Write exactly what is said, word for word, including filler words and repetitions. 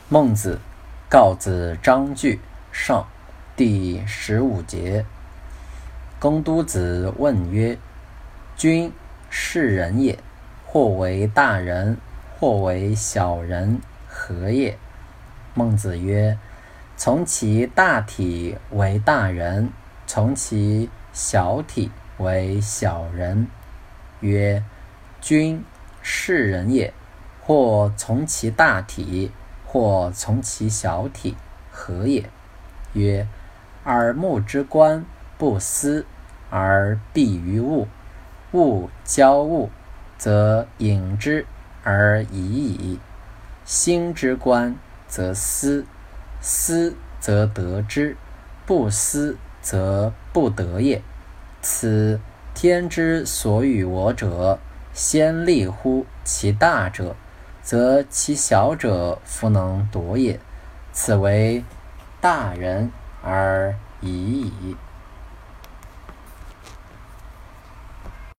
孟子，告子章句上，第十五节。公都子问曰：君是人也，或为大人，或为小人，何也？孟子曰：从其大体为大人，从其小体为小人。曰：君是人也，或从其大体，或从其小体，何也？曰：耳目之观，不思而闭于物，物交物，则隐之而已矣。心之观，则思，思则得之，不思则不得也。此天之所与我者，先立乎其大者，则其小者弗能夺也。此为大人而已矣。